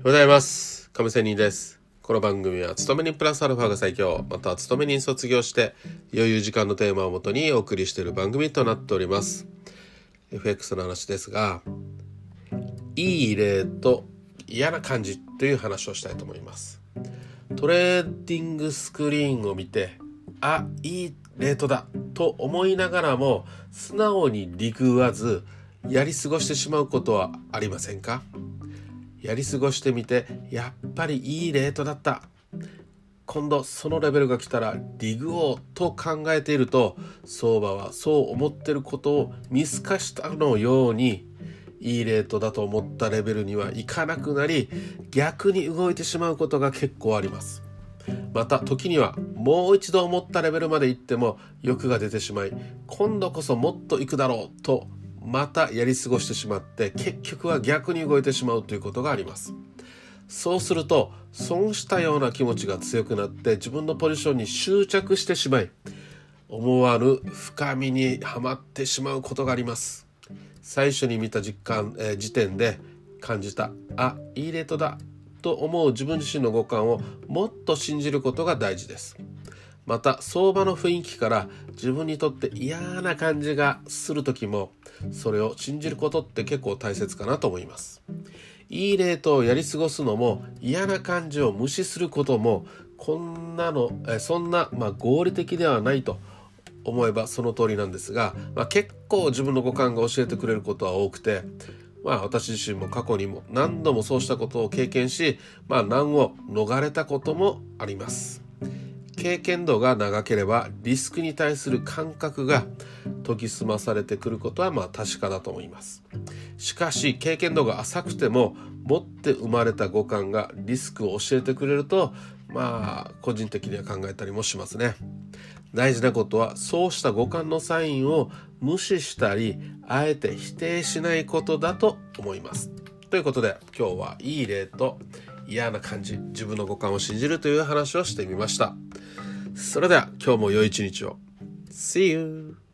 おはようございます。亀仙人です。この番組は勤め人プラスアルファが最強、または勤め人卒業して余裕時間のテーマをもとにお送りしている番組となっております。FX の話ですが、いい例と嫌な感じという話をしたいと思います。トレーディングスクリーンを見て、いいレートだと思いながらも素直にリグわずやり過ごしてしまうことはありませんか？やり過ごしてみて、やっぱりいいレートだった、今度そのレベルが来たらリグをと考えていると、相場はそう思っていることを見透かしたのように、いいレートだと思ったレベルにはいかなくなり、逆に動いてしまうことが結構あります。また時にはもう一度思ったレベルまで行っても欲が出てしまい、今度こそもっと行くだろうとまたやり過ごしてしまって、結局は逆に動いてしまうということがあります。そうすると損したような気持ちが強くなって、自分のポジションに執着してしまい、思わぬ深みにはまってしまうことがあります。最初に見た時点で感じたいいレートだと思う自分自身の五感をもっと信じることが大事です。また相場の雰囲気から自分にとって嫌な感じがする時も、それを信じることって結構大切かなと思います。いいレートをやり過ごすのも、嫌な感じを無視することも、そんな合理的ではないと思えばその通りなんですが、結構自分の五感が教えてくれることは多くて、私自身も過去にも何度もそうしたことを経験し、難を逃れたこともあります。経験度が長ければリスクに対する感覚が研ぎ澄まされてくることは確かだと思います。しかし経験度が浅くても持って生まれた五感がリスクを教えてくれると、個人的には考えたりもしますね。大事なことはそうした五感のサインを無視したり、あえて否定しないことだと思います。ということで今日はいい例と嫌な感じ、自分の五感を信じるという話をしてみました。それでは今日も良い一日を。See you!